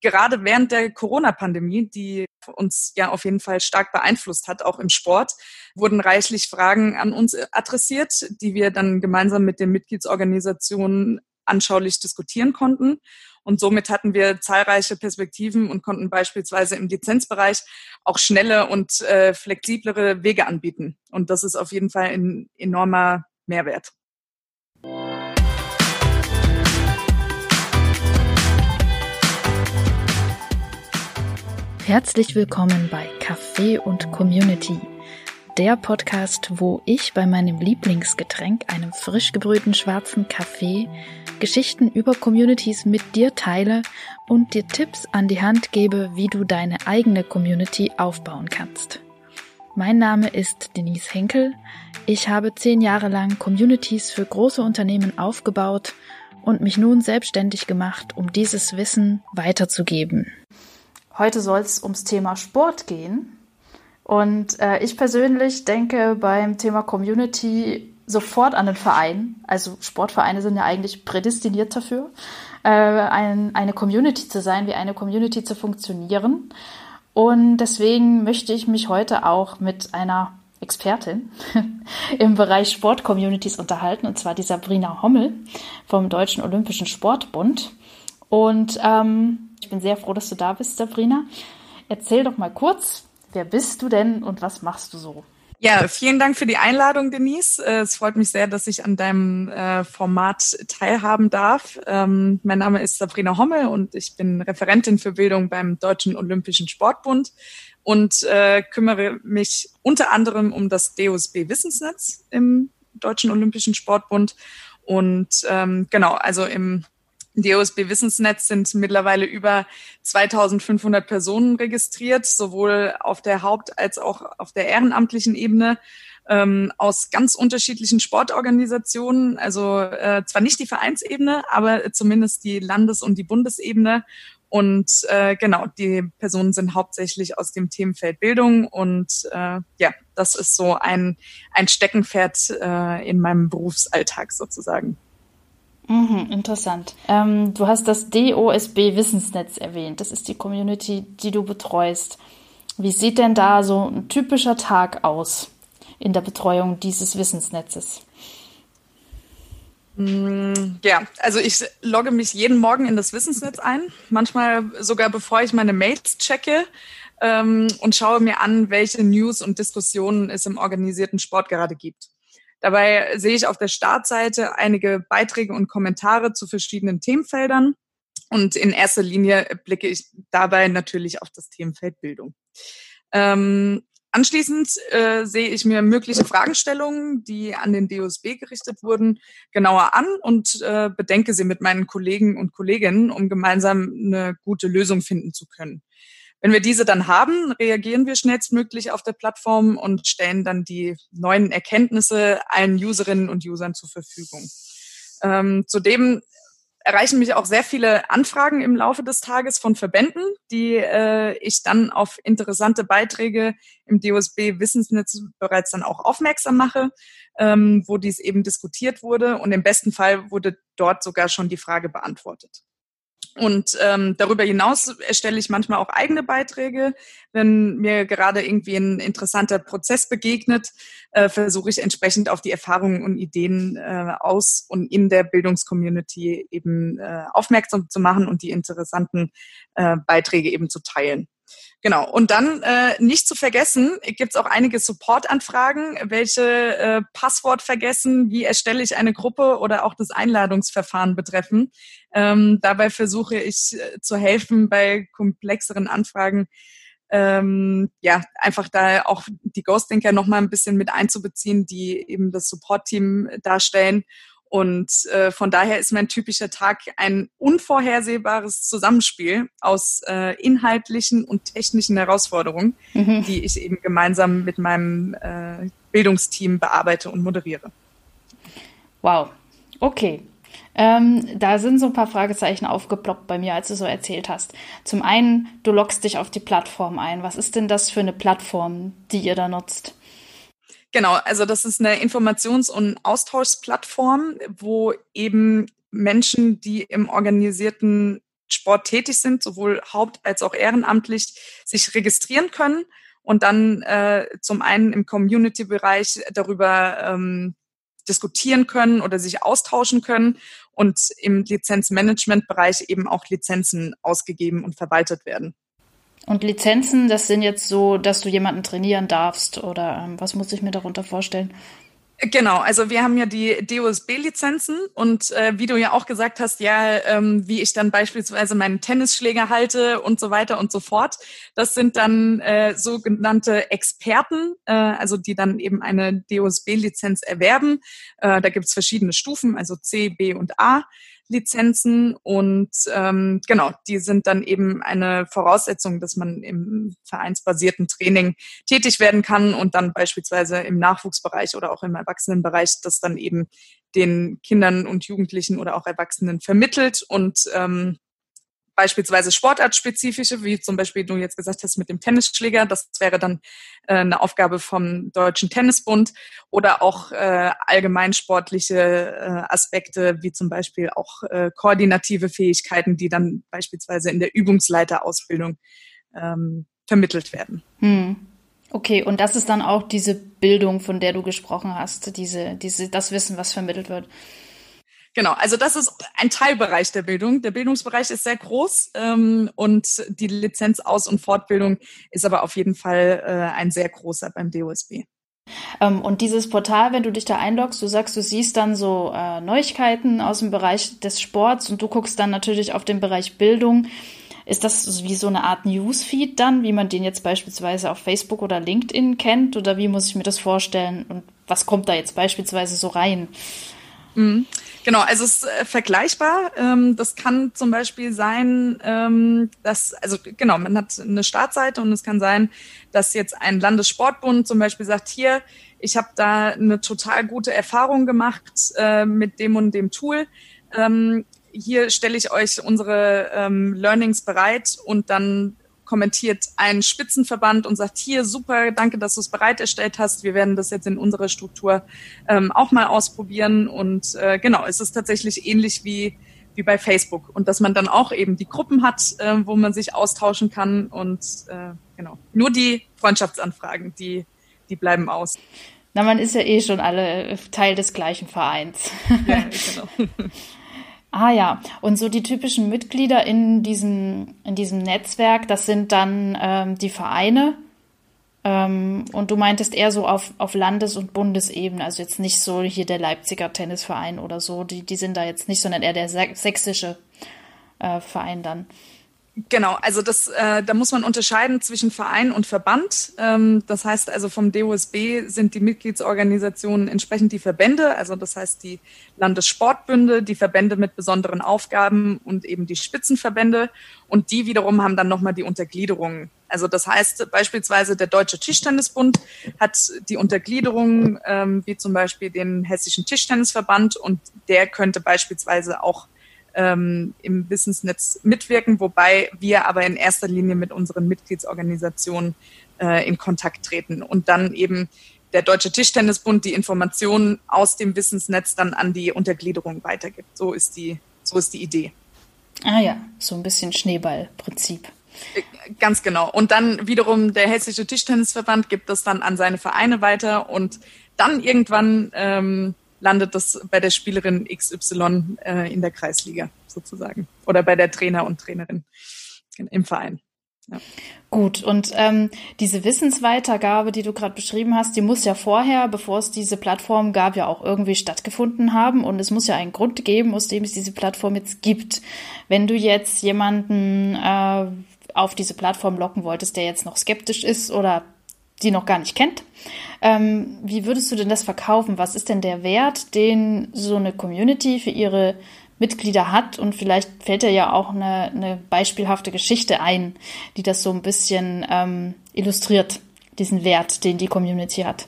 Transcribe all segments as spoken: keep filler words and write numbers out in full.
gerade während der Corona-Pandemie, die uns ja auf jeden Fall stark beeinflusst hat, auch im Sport, wurden reichlich Fragen an uns adressiert, die wir dann gemeinsam mit den Mitgliedsorganisationen anschaulich diskutieren konnten. Und somit hatten wir zahlreiche Perspektiven und konnten beispielsweise im Lizenzbereich auch schnelle und äh, flexiblere Wege anbieten. Und das ist auf jeden Fall ein enormer Mehrwert. Herzlich willkommen bei Kaffee und Community, der Podcast, wo ich bei meinem Lieblingsgetränk, einem frisch gebrühten schwarzen Kaffee, Geschichten über Communities mit dir teile und dir Tipps an die Hand gebe, wie du deine eigene Community aufbauen kannst. Mein Name ist Denise Henkel. Ich habe zehn Jahre lang Communities für große Unternehmen aufgebaut und mich nun selbstständig gemacht, um dieses Wissen weiterzugeben. Heute soll es ums Thema Sport gehen. Und äh, ich persönlich denke beim Thema Community sofort an den Verein. Also Sportvereine sind ja eigentlich prädestiniert dafür, äh, ein, eine Community zu sein, wie eine Community zu funktionieren. Und deswegen möchte ich mich heute auch mit einer Expertin im Bereich Sport-Communities unterhalten, und zwar die Sabrina Hommel vom Deutschen Olympischen Sportbund. Und ähm, ich bin sehr froh, dass du da bist, Sabrina. Erzähl doch mal kurz, wer bist du denn und was machst du so? Ja, vielen Dank für die Einladung, Denise. Es freut mich sehr, dass ich an deinem äh, Format teilhaben darf. Ähm, mein Name ist Sabrina Hommel und ich bin Referentin für Bildung beim Deutschen Olympischen Sportbund und äh, kümmere mich unter anderem um das D O S B-Wissensnetz im Deutschen Olympischen Sportbund. Und ähm, genau, also im D O S B-Wissensnetz sind mittlerweile über zweitausendfünfhundert Personen registriert, sowohl auf der Haupt- als auch auf der ehrenamtlichen Ebene, ähm, aus ganz unterschiedlichen Sportorganisationen. Also äh, zwar nicht die Vereinsebene, aber zumindest die Landes- und die Bundesebene. Und äh, genau, die Personen sind hauptsächlich aus dem Themenfeld Bildung. Und äh, ja, das ist so ein, ein Steckenpferd äh, in meinem Berufsalltag sozusagen. Mhm, interessant. Ähm, du hast das D O S B-Wissensnetz erwähnt. Das ist die Community, die du betreust. Wie sieht denn da so ein typischer Tag aus in der Betreuung dieses Wissensnetzes? Ja, also ich logge mich jeden Morgen in das Wissensnetz ein, manchmal sogar bevor ich meine Mails checke ähm, und schaue mir an, welche News und Diskussionen es im organisierten Sport gerade gibt. Dabei sehe ich auf der Startseite einige Beiträge und Kommentare zu verschiedenen Themenfeldern und in erster Linie blicke ich dabei natürlich auf das Themenfeld Bildung. Ähm, anschließend äh, sehe ich mir mögliche Fragestellungen, die an den D O S B gerichtet wurden, genauer an und äh, bedenke sie mit meinen Kollegen und Kolleginnen, um gemeinsam eine gute Lösung finden zu können. Wenn wir diese dann haben, reagieren wir schnellstmöglich auf der Plattform und stellen dann die neuen Erkenntnisse allen Userinnen und Usern zur Verfügung. Ähm, zudem erreichen mich auch sehr viele Anfragen im Laufe des Tages von Verbänden, die äh, ich dann auf interessante Beiträge im D O S B-Wissensnetz bereits dann auch aufmerksam mache, ähm, wo dies eben diskutiert wurde. Und im besten Fall wurde dort sogar schon die Frage beantwortet. Und ähm, darüber hinaus erstelle ich manchmal auch eigene Beiträge. Wenn mir gerade irgendwie ein interessanter Prozess begegnet, äh, versuche ich entsprechend auf die Erfahrungen und Ideen äh, aus und in der Bildungscommunity eben äh, aufmerksam zu machen und die interessanten äh, Beiträge eben zu teilen. Genau. Und dann äh, nicht zu vergessen, gibt es auch einige Support-Anfragen, welche äh, Passwort vergessen, wie erstelle ich eine Gruppe oder auch das Einladungsverfahren betreffen. Ähm, dabei versuche ich äh, zu helfen bei komplexeren Anfragen, ähm, ja, einfach da auch die Ghostlinker noch mal ein bisschen mit einzubeziehen, die eben das Support-Team darstellen. Und äh, von daher ist mein typischer Tag ein unvorhersehbares Zusammenspiel aus äh, inhaltlichen und technischen Herausforderungen, mhm. die ich eben gemeinsam mit meinem äh, Bildungsteam bearbeite und moderiere. Wow, okay. Ähm, da sind so ein paar Fragezeichen aufgeploppt bei mir, als du so erzählt hast. Zum einen, du loggst dich auf die Plattform ein. Was ist denn das für eine Plattform, die ihr da nutzt? Genau, also das ist eine Informations- und Austauschsplattform, wo eben Menschen, die im organisierten Sport tätig sind, sowohl haupt- als auch ehrenamtlich, sich registrieren können und dann äh, zum einen im Community-Bereich darüber ähm, diskutieren können oder sich austauschen können und im Lizenzmanagement-Bereich eben auch Lizenzen ausgegeben und verwaltet werden. Und Lizenzen, das sind jetzt so, dass du jemanden trainieren darfst oder ähm, was muss ich mir darunter vorstellen? Genau, also wir haben ja die D O S B-Lizenzen und äh, wie du ja auch gesagt hast, ja, ähm, wie ich dann beispielsweise meinen Tennisschläger halte und so weiter und so fort. Das sind dann äh, sogenannte Experten, äh, also die dann eben eine D O S B-Lizenz erwerben. Äh, da gibt's verschiedene Stufen, also C, B und A. Lizenzen und ähm, genau, die sind dann eben eine Voraussetzung, dass man im vereinsbasierten Training tätig werden kann und dann beispielsweise im Nachwuchsbereich oder auch im Erwachsenenbereich das dann eben den Kindern und Jugendlichen oder auch Erwachsenen vermittelt und ähm, beispielsweise sportartspezifische, wie zum Beispiel du jetzt gesagt hast mit dem Tennisschläger, das wäre dann äh, eine Aufgabe vom Deutschen Tennisbund oder auch äh, allgemeinsportliche äh, Aspekte, wie zum Beispiel auch äh, koordinative Fähigkeiten, die dann beispielsweise in der Übungsleiterausbildung ähm, vermittelt werden. Hm. Okay, und das ist dann auch diese Bildung, von der du gesprochen hast, diese, diese, das Wissen, was vermittelt wird. Genau, also das ist ein Teilbereich der Bildung. Der Bildungsbereich ist sehr groß ähm, und die Lizenzaus- und Fortbildung ist aber auf jeden Fall äh, ein sehr großer beim D O S B. Ähm, und dieses Portal, wenn du dich da einloggst, du sagst, du siehst dann so äh, Neuigkeiten aus dem Bereich des Sports und du guckst dann natürlich auf den Bereich Bildung. Ist das wie so eine Art Newsfeed dann, wie man den jetzt beispielsweise auf Facebook oder LinkedIn kennt? Oder wie muss ich mir das vorstellen? Und was kommt da jetzt beispielsweise so rein? Mhm. Genau, also es ist äh, vergleichbar. Ähm, das kann zum Beispiel sein, ähm, dass, also genau, man hat eine Startseite und es kann sein, dass jetzt ein Landessportbund zum Beispiel sagt, hier, ich habe da eine total gute Erfahrung gemacht äh, mit dem und dem Tool. Ähm, hier stelle ich euch unsere ähm, Learnings bereit und dann kommentiert ein Spitzenverband und sagt, hier, super, danke, dass du es bereitgestellt hast. Wir werden das jetzt in unserer Struktur ähm, auch mal ausprobieren. Und äh, genau, es ist tatsächlich ähnlich wie, wie bei Facebook. Und dass man dann auch eben die Gruppen hat, äh, wo man sich austauschen kann. Und äh, genau, nur die Freundschaftsanfragen, die, die bleiben aus. Na, man ist ja eh schon alle Teil des gleichen Vereins. Ja, genau. Ah ja, und so die typischen Mitglieder in diesem, in diesem Netzwerk, das sind dann ähm, die Vereine. Ähm, und du meintest eher so auf, auf Landes- und Bundesebene, also jetzt nicht so hier der Leipziger Tennisverein oder so, die, die sind da jetzt nicht, sondern eher der sächsische äh, Verein dann. Genau, also das, äh, da muss man unterscheiden zwischen Verein und Verband. Ähm, das heißt also vom D O S B sind die Mitgliedsorganisationen entsprechend die Verbände, also das heißt die Landessportbünde, die Verbände mit besonderen Aufgaben und eben die Spitzenverbände und die wiederum haben dann nochmal die Untergliederungen. Also das heißt beispielsweise der Deutsche Tischtennisbund hat die Untergliederungen ähm, wie zum Beispiel den Hessischen Tischtennisverband und der könnte beispielsweise auch Ähm, im Wissensnetz mitwirken, wobei wir aber in erster Linie mit unseren Mitgliedsorganisationen äh, in Kontakt treten und dann eben der Deutsche Tischtennisbund die Informationen aus dem Wissensnetz dann an die Untergliederung weitergibt. So ist die, so ist die Idee. Ah ja, so ein bisschen Schneeballprinzip. Ganz genau. Und dann wiederum der Hessische Tischtennisverband gibt das dann an seine Vereine weiter und dann irgendwann ähm, landet das bei der Spielerin X Y äh, in der Kreisliga sozusagen oder bei der Trainer und Trainerin im Verein. Ja. Gut, und ähm, diese Wissensweitergabe, die du gerade beschrieben hast, die muss ja vorher, bevor es diese Plattform gab, ja auch irgendwie stattgefunden haben und es muss ja einen Grund geben, aus dem es diese Plattform jetzt gibt. Wenn du jetzt jemanden äh, auf diese Plattform locken wolltest, der jetzt noch skeptisch ist oder die noch gar nicht kennt, ähm, wie würdest du denn das verkaufen? Was ist denn der Wert, den so eine Community für ihre Mitglieder hat? Und vielleicht fällt dir ja auch eine, eine beispielhafte Geschichte ein, die das so ein bisschen ähm, illustriert, diesen Wert, den die Community hat.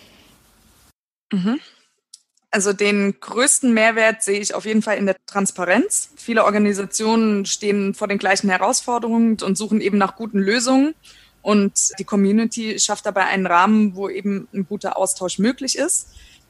Mhm. Also den größten Mehrwert sehe ich auf jeden Fall in der Transparenz. Viele Organisationen stehen vor den gleichen Herausforderungen und suchen eben nach guten Lösungen. Und die Community schafft dabei einen Rahmen, wo eben ein guter Austausch möglich ist.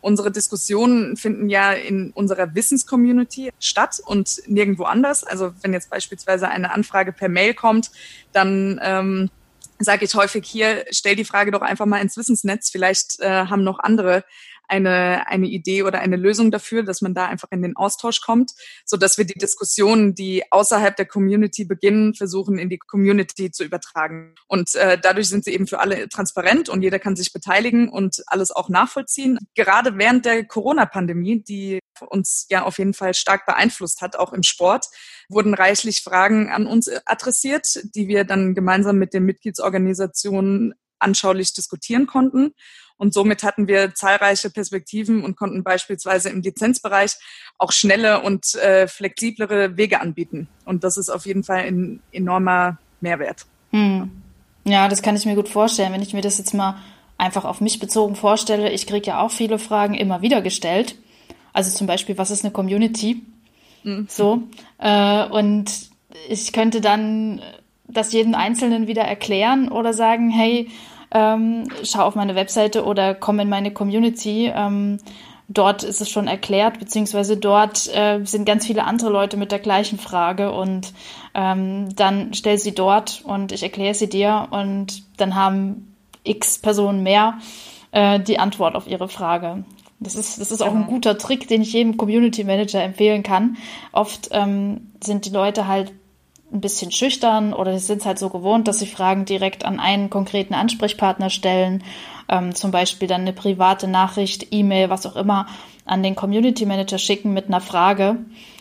unsere Diskussionen finden ja in unserer Wissenscommunity statt und nirgendwo anders. Also wenn jetzt beispielsweise eine Anfrage per Mail kommt, dann ähm, sage ich häufig hier, stell die Frage doch einfach mal ins Wissensnetz. Vielleicht äh, haben noch andere eine eine Idee oder eine Lösung dafür, dass man da einfach in den Austausch kommt, so dass wir die Diskussionen, die außerhalb der Community beginnen, versuchen in die Community zu übertragen. Und äh, dadurch sind sie eben für alle transparent und jeder kann sich beteiligen und alles auch nachvollziehen. Gerade während der Corona-Pandemie, die uns ja auf jeden Fall stark beeinflusst hat, auch im Sport, wurden reichlich Fragen an uns adressiert, die wir dann gemeinsam mit den Mitgliedsorganisationen anschaulich diskutieren konnten. Und somit hatten wir zahlreiche Perspektiven und konnten beispielsweise im Lizenzbereich auch schnelle und äh, flexiblere Wege anbieten. Und das ist auf jeden Fall ein enormer Mehrwert. Hm. Ja, das kann ich mir gut vorstellen. Wenn ich mir das jetzt mal einfach auf mich bezogen vorstelle, ich kriege ja auch viele Fragen immer wieder gestellt. Also zum Beispiel, was ist eine Community? Mhm. So. Äh, und ich könnte dann das jedem Einzelnen wieder erklären oder sagen, hey, Ähm, schau auf meine Webseite oder komm in meine Community. Ähm, dort ist es schon erklärt, beziehungsweise dort äh, sind ganz viele andere Leute mit der gleichen Frage und ähm, dann stell sie dort und ich erkläre sie dir und dann haben x Personen mehr äh, die Antwort auf ihre Frage. Das ist, das ist auch ein guter Trick, den ich jedem Community Manager empfehlen kann. Oft ähm, sind die Leute halt ein bisschen schüchtern oder sind es halt so gewohnt, dass sie Fragen direkt an einen konkreten Ansprechpartner stellen, ähm, zum Beispiel dann eine private Nachricht, E-Mail, was auch immer, an den Community Manager schicken mit einer Frage.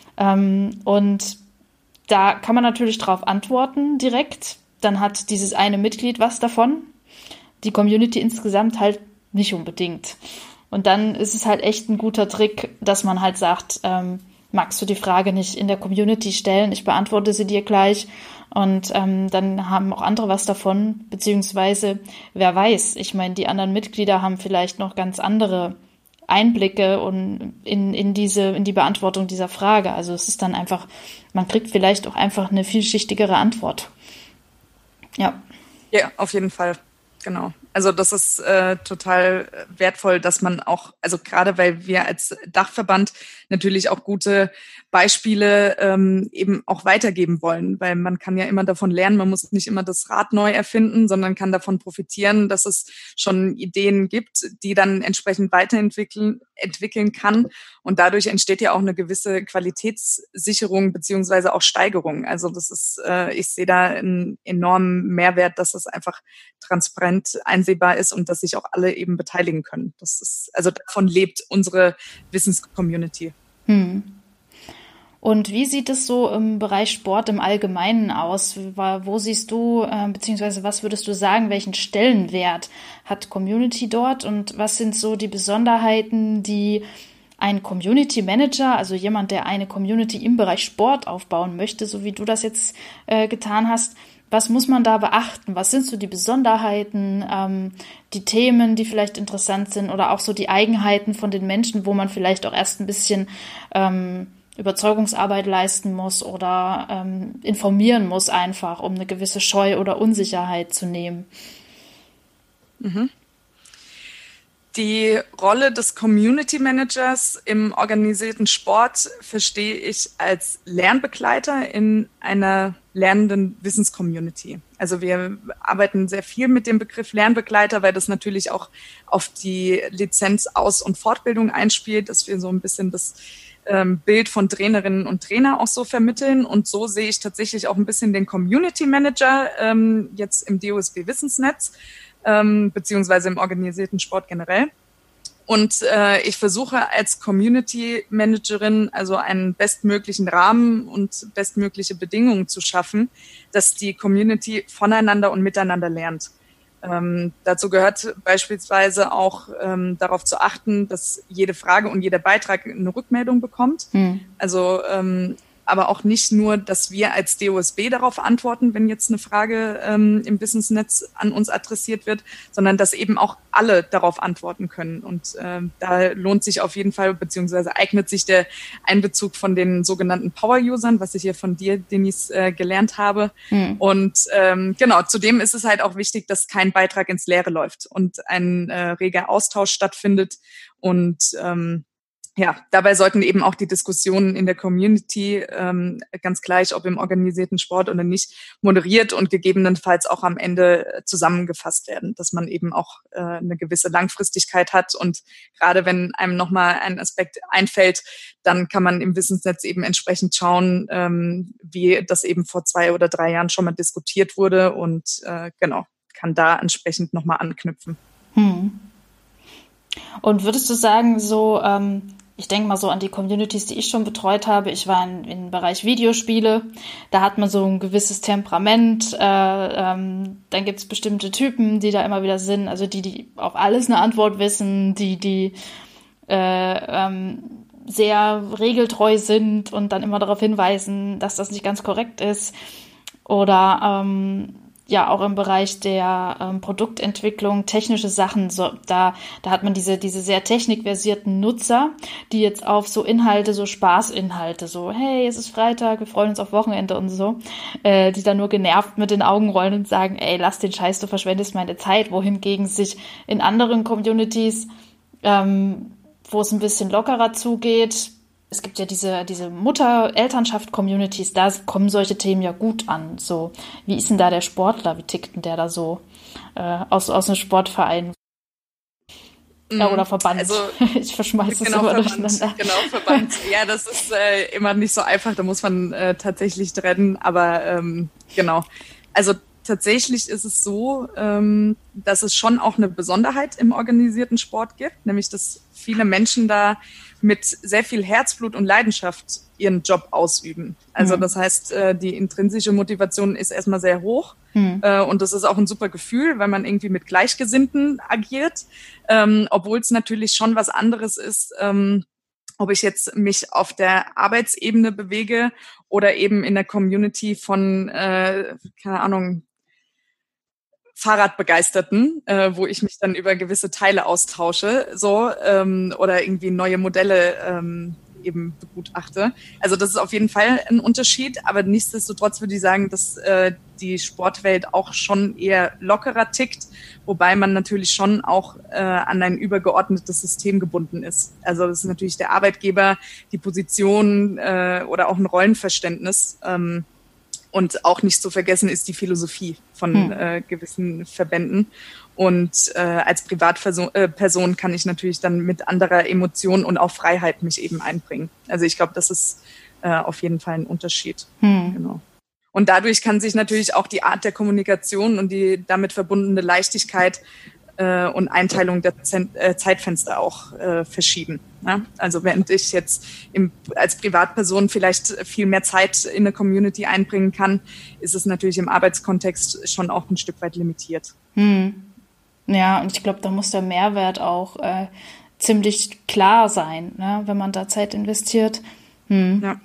Ähm, und da kann man natürlich drauf antworten direkt. Dann hat dieses eine Mitglied was davon. Die Community insgesamt halt nicht unbedingt. Und dann ist es halt echt ein guter Trick, dass man halt sagt, ähm, magst du die Frage nicht in der Community stellen? Ich beantworte sie dir gleich. Und ähm, dann haben auch andere was davon, beziehungsweise wer weiß, ich meine, die anderen Mitglieder haben vielleicht noch ganz andere Einblicke und in, in diese, in die Beantwortung dieser Frage. Also es ist dann einfach, man kriegt vielleicht auch einfach eine vielschichtigere Antwort. Ja. Ja, auf jeden Fall. Genau. Also das ist äh, total wertvoll, dass man auch, also gerade weil wir als Dachverband natürlich auch gute Beispiele ähm, eben auch weitergeben wollen, weil man kann ja immer davon lernen, man muss nicht immer das Rad neu erfinden, sondern kann davon profitieren, dass es schon Ideen gibt, die dann entsprechend weiterentwickeln entwickeln kann und dadurch entsteht ja auch eine gewisse Qualitätssicherung beziehungsweise auch Steigerung. Also das ist, äh, ich sehe da einen enormen Mehrwert, dass das einfach transparent einsehbar ist und dass sich auch alle eben beteiligen können. Das ist, also davon lebt unsere Wissenscommunity. Hm. Und wie sieht es so im Bereich Sport im Allgemeinen aus? Wo siehst du, äh, beziehungsweise was würdest du sagen, welchen Stellenwert hat Community dort und was sind so die Besonderheiten, die ein Community Manager, also jemand, der eine Community im Bereich Sport aufbauen möchte, so wie du das jetzt äh, getan hast, was muss man da beachten? Was sind so die Besonderheiten, ähm, die Themen, die vielleicht interessant sind oder auch so die Eigenheiten von den Menschen, wo man vielleicht auch erst ein bisschen ähm, Überzeugungsarbeit leisten muss oder ähm, informieren muss einfach, um eine gewisse Scheu oder Unsicherheit zu nehmen? Mhm. Die Rolle des Community Managers im organisierten Sport verstehe ich als Lernbegleiter in einer lernenden Wissenscommunity. Also wir arbeiten sehr viel mit dem Begriff Lernbegleiter, weil das natürlich auch auf die Lizenz Aus- und Fortbildung einspielt, dass wir so ein bisschen das ähm, Bild von Trainerinnen und Trainer auch so vermitteln. Und so sehe ich tatsächlich auch ein bisschen den Community Manager ähm, jetzt im D O S B Wissensnetz, ähm, beziehungsweise im organisierten Sport generell. Und äh, ich versuche als Community Managerin also einen bestmöglichen Rahmen und bestmögliche Bedingungen zu schaffen, dass die Community voneinander und miteinander lernt. Ähm, dazu gehört beispielsweise auch ähm, darauf zu achten, dass jede Frage und jeder Beitrag eine Rückmeldung bekommt. Mhm. Also ähm, aber auch nicht nur, dass wir als D O S B darauf antworten, wenn jetzt eine Frage ähm, im Businessnetz an uns adressiert wird, sondern dass eben auch alle darauf antworten können. Und äh, da lohnt sich auf jeden Fall, beziehungsweise eignet sich der Einbezug von den sogenannten Power-Usern, was ich hier von dir, Denise, äh, gelernt habe. Hm. Und ähm, genau, zudem ist es halt auch wichtig, dass kein Beitrag ins Leere läuft und ein äh, reger Austausch stattfindet. Und ähm, ja, dabei sollten eben auch die Diskussionen in der Community, ähm, ganz gleich, ob im organisierten Sport oder nicht, moderiert und gegebenenfalls auch am Ende zusammengefasst werden, dass man eben auch äh, eine gewisse Langfristigkeit hat. Und gerade wenn einem nochmal ein Aspekt einfällt, dann kann man im Wissensnetz eben entsprechend schauen, ähm, wie das eben vor zwei oder drei Jahren schon mal diskutiert wurde und äh, genau, kann da entsprechend nochmal anknüpfen. Hm. Und würdest du sagen, so, ähm, ich denke mal so an die Communities, die ich schon betreut habe. Ich war in, im Bereich Videospiele. Da hat man so ein gewisses Temperament. Äh, ähm, dann gibt es bestimmte Typen, die da immer wieder sind. Also die, die auf alles eine Antwort wissen, die, die äh, ähm, sehr regeltreu sind und dann immer darauf hinweisen, dass das nicht ganz korrekt ist. Oder ähm, ja, auch im Bereich der ähm, Produktentwicklung, technische Sachen, so, da, da hat man diese, diese sehr technikversierten Nutzer, die jetzt auf so Inhalte, so Spaßinhalte, so, hey, es ist Freitag, wir freuen uns auf Wochenende und so, äh, die dann nur genervt mit den Augen rollen und sagen, ey, lass den Scheiß, du verschwendest meine Zeit, wohingegen sich in anderen Communities, ähm, wo es ein bisschen lockerer zugeht, es gibt ja diese, diese Mutter-Elternschaft-Communities, da kommen solche Themen ja gut an. So, wie ist denn da der Sportler? Wie tickt denn der da so äh, aus, aus einem Sportverein? Mm, ja, oder Verband. Also, ich verschmeiße es genau, immer Verband, durcheinander. Genau, Verband. Ja, das ist äh, immer nicht so einfach, da muss man äh, tatsächlich trennen. Aber ähm, genau, also tatsächlich ist es so, ähm, dass es schon auch eine Besonderheit im organisierten Sport gibt, nämlich dass viele Menschen da mit sehr viel Herzblut und Leidenschaft ihren Job ausüben. Also das heißt, die intrinsische Motivation ist erstmal sehr hoch mhm. und das ist auch ein super Gefühl, weil man irgendwie mit Gleichgesinnten agiert, ähm, obwohl es natürlich schon was anderes ist, ähm, ob ich jetzt mich auf der Arbeitsebene bewege oder eben in der Community von, äh, keine Ahnung, Fahrradbegeisterten, äh, wo ich mich dann über gewisse Teile austausche, so ähm, oder irgendwie neue Modelle ähm, eben begutachte. Also das ist auf jeden Fall ein Unterschied, aber nichtsdestotrotz würde ich sagen, dass äh, die Sportwelt auch schon eher lockerer tickt, wobei man natürlich schon auch äh, an ein übergeordnetes System gebunden ist. Also das ist natürlich der Arbeitgeber, die Position äh, oder auch ein Rollenverständnis. Ähm, Und auch nicht zu vergessen ist die Philosophie von hm. äh, gewissen Verbänden. Und äh, als Privatperson äh, Person kann ich natürlich dann mit anderer Emotion und auch Freiheit mich eben einbringen. Also ich glaube, das ist äh, auf jeden Fall ein Unterschied. Hm. Genau. Und dadurch kann sich natürlich auch die Art der Kommunikation und die damit verbundene Leichtigkeit äh, und Einteilung der Zen- äh, Zeitfenster auch äh, verschieben. Ja? Also während ich jetzt im, als Privatperson vielleicht viel mehr Zeit in eine Community einbringen kann, ist es natürlich im Arbeitskontext schon auch ein Stück weit limitiert. Hm. Ja, und ich glaube, da muss der Mehrwert auch äh, ziemlich klar sein, ne? Wenn man da Zeit investiert. Hm. Ja.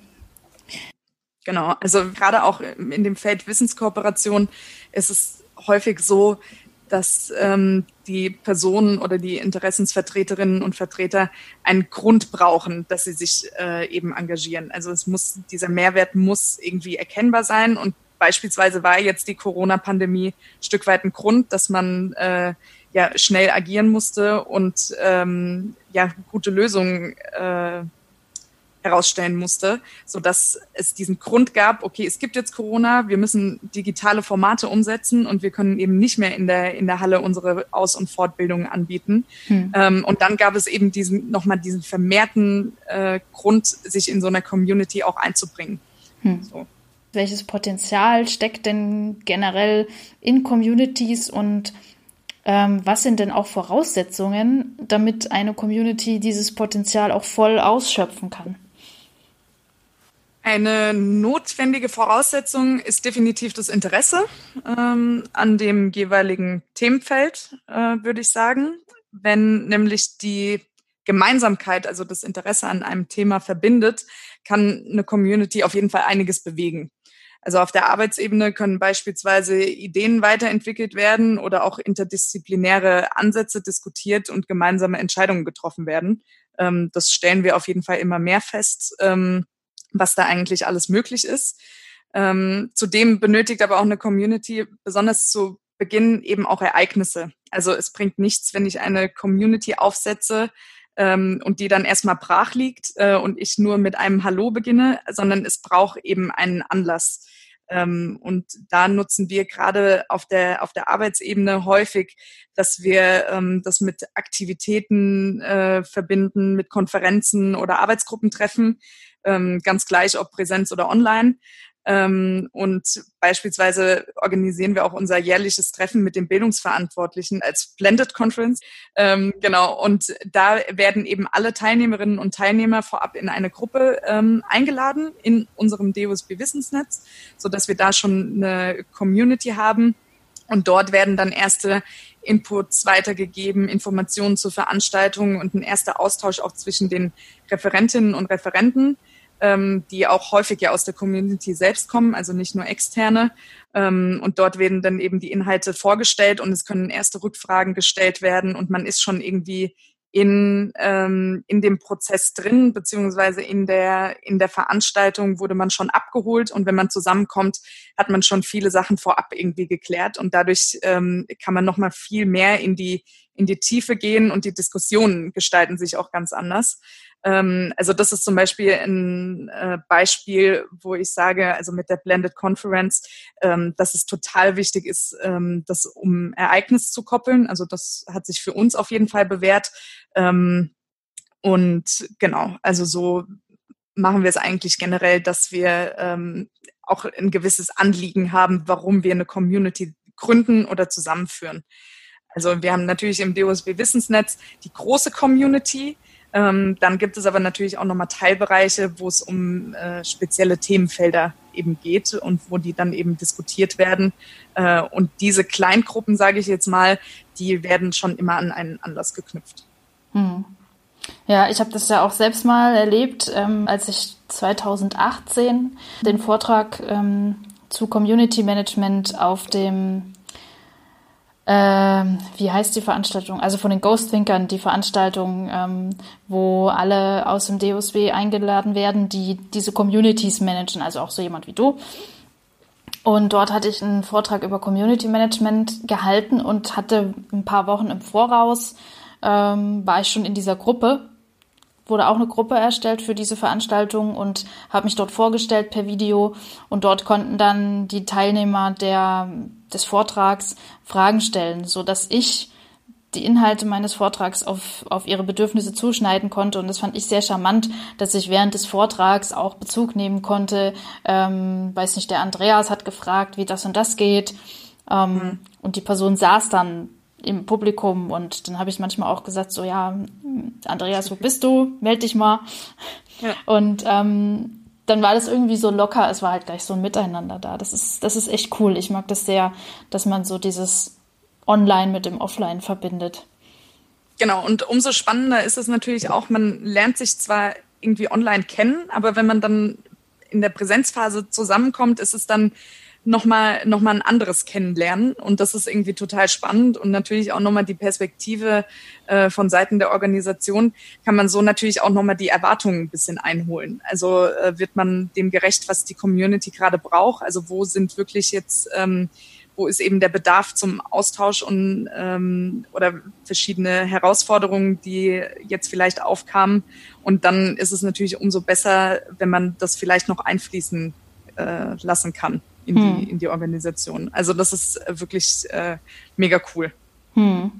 Genau, also gerade auch in dem Feld Wissenskooperation ist es häufig so, dass ähm, die Personen oder die Interessensvertreterinnen und Vertreter einen Grund brauchen, dass sie sich äh, eben engagieren. Also es muss, dieser Mehrwert muss irgendwie erkennbar sein und beispielsweise war jetzt die Corona-Pandemie ein Stück weit ein Grund, dass man äh, ja schnell agieren musste und ähm, ja gute Lösungen äh, herausstellen musste, so dass es diesen Grund gab, okay, es gibt jetzt Corona, wir müssen digitale Formate umsetzen und wir können eben nicht mehr in der in der Halle unsere Aus- und Fortbildungen anbieten. Hm. Ähm, und dann gab es eben diesen nochmal diesen vermehrten äh, Grund, sich in so einer Community auch einzubringen. Hm. So. Welches Potenzial steckt denn generell in Communities und ähm, was sind denn auch Voraussetzungen, damit eine Community dieses Potenzial auch voll ausschöpfen kann? Eine notwendige Voraussetzung ist definitiv das Interesse ähm, an dem jeweiligen Themenfeld, äh, würde ich sagen. Wenn nämlich die Gemeinsamkeit, also das Interesse an einem Thema verbindet, kann eine Community auf jeden Fall einiges bewegen. Also auf der Arbeitsebene können beispielsweise Ideen weiterentwickelt werden oder auch interdisziplinäre Ansätze diskutiert und gemeinsame Entscheidungen getroffen werden. Ähm, das stellen wir auf jeden Fall immer mehr fest, ähm, was da eigentlich alles möglich ist. Ähm, zudem benötigt aber auch eine Community besonders zu Beginn eben auch Ereignisse. Also es bringt nichts, wenn ich eine Community aufsetze, ähm, und die dann erstmal brach liegt äh, und ich nur mit einem Hallo beginne, sondern es braucht eben einen Anlass. Ähm, und da nutzen wir gerade auf der auf der Arbeitsebene häufig, dass wir ähm, das mit Aktivitäten äh, verbinden, mit Konferenzen oder Arbeitsgruppentreffen, ähm, ganz gleich ob Präsenz oder online. Ähm, und beispielsweise organisieren wir auch unser jährliches Treffen mit den Bildungsverantwortlichen als Blended Conference. Ähm, genau, und da werden eben alle Teilnehmerinnen und Teilnehmer vorab in eine Gruppe ähm, eingeladen in unserem D O S B Wissensnetz, sodass wir da schon eine Community haben. Und dort werden dann erste Inputs weitergegeben, Informationen zur Veranstaltung und ein erster Austausch auch zwischen den Referentinnen und Referenten, die auch häufig ja aus der Community selbst kommen, also nicht nur externe. Und dort werden dann eben die Inhalte vorgestellt und es können erste Rückfragen gestellt werden und man ist schon irgendwie in ähm, in dem Prozess drin, beziehungsweise in der in der Veranstaltung wurde man schon abgeholt und wenn man zusammenkommt, hat man schon viele Sachen vorab irgendwie geklärt und dadurch ähm, kann man noch mal viel mehr in die in die Tiefe gehen und die Diskussionen gestalten sich auch ganz anders. Ähm, also das ist zum Beispiel ein äh, Beispiel, wo ich sage, also mit der Blended Conference, ähm, dass es total wichtig ist, ähm, das um Ereignis zu koppeln. Also das hat sich für uns auf jeden Fall bewährt. Ähm, und genau, also so machen wir es eigentlich generell, dass wir ähm, auch ein gewisses Anliegen haben, warum wir eine Community gründen oder zusammenführen. Also wir haben natürlich im D O S B Wissensnetz die große Community. Ähm, dann gibt es aber natürlich auch nochmal Teilbereiche, wo es um äh, spezielle Themenfelder eben geht und wo die dann eben diskutiert werden. Äh, und diese Kleingruppen, sage ich jetzt mal, die werden schon immer an einen Anlass geknüpft. Hm. Ja, ich habe das ja auch selbst mal erlebt, ähm, als ich zweitausendachtzehn den Vortrag ähm, zu Community Management auf dem Ähm, wie heißt die Veranstaltung? Also von den Ghost Thinkern, die Veranstaltung, ähm, wo alle aus dem D O S B eingeladen werden, die diese Communities managen, also auch so jemand wie du. Und dort hatte ich einen Vortrag über Community Management gehalten und hatte ein paar Wochen im Voraus, ähm, war ich schon in dieser Gruppe, wurde auch eine Gruppe erstellt für diese Veranstaltung und habe mich dort vorgestellt per Video und dort konnten dann die Teilnehmer der, des Vortrags Fragen stellen, so dass ich die Inhalte meines Vortrags auf, auf ihre Bedürfnisse zuschneiden konnte und das fand ich sehr charmant, dass ich während des Vortrags auch Bezug nehmen konnte. Ähm, weiß nicht, der Andreas hat gefragt, wie das und das geht ähm, mhm. und die Person saß dann im Publikum und dann habe ich manchmal auch gesagt, so ja, Andreas, wo bist du? Meld dich mal. Ja. Und ähm, dann war das irgendwie so locker, es war halt gleich so ein Miteinander da. Das ist, das ist echt cool. Ich mag das sehr, dass man so dieses Online mit dem Offline verbindet. Genau, und umso spannender ist es natürlich auch, man lernt sich zwar irgendwie online kennen, aber wenn man dann in der Präsenzphase zusammenkommt, ist es dann nochmal noch mal ein anderes Kennenlernen und das ist irgendwie total spannend und natürlich auch nochmal die Perspektive äh, von Seiten der Organisation kann man so natürlich auch nochmal die Erwartungen ein bisschen einholen. Also äh, wird man dem gerecht, was die Community gerade braucht, also wo sind wirklich jetzt, ähm, wo ist eben der Bedarf zum Austausch und ähm, oder verschiedene Herausforderungen, die jetzt vielleicht aufkamen und dann ist es natürlich umso besser, wenn man das vielleicht noch einfließen äh, lassen kann. In die, hm. in die Organisation. Also das ist wirklich äh, mega cool. Hm.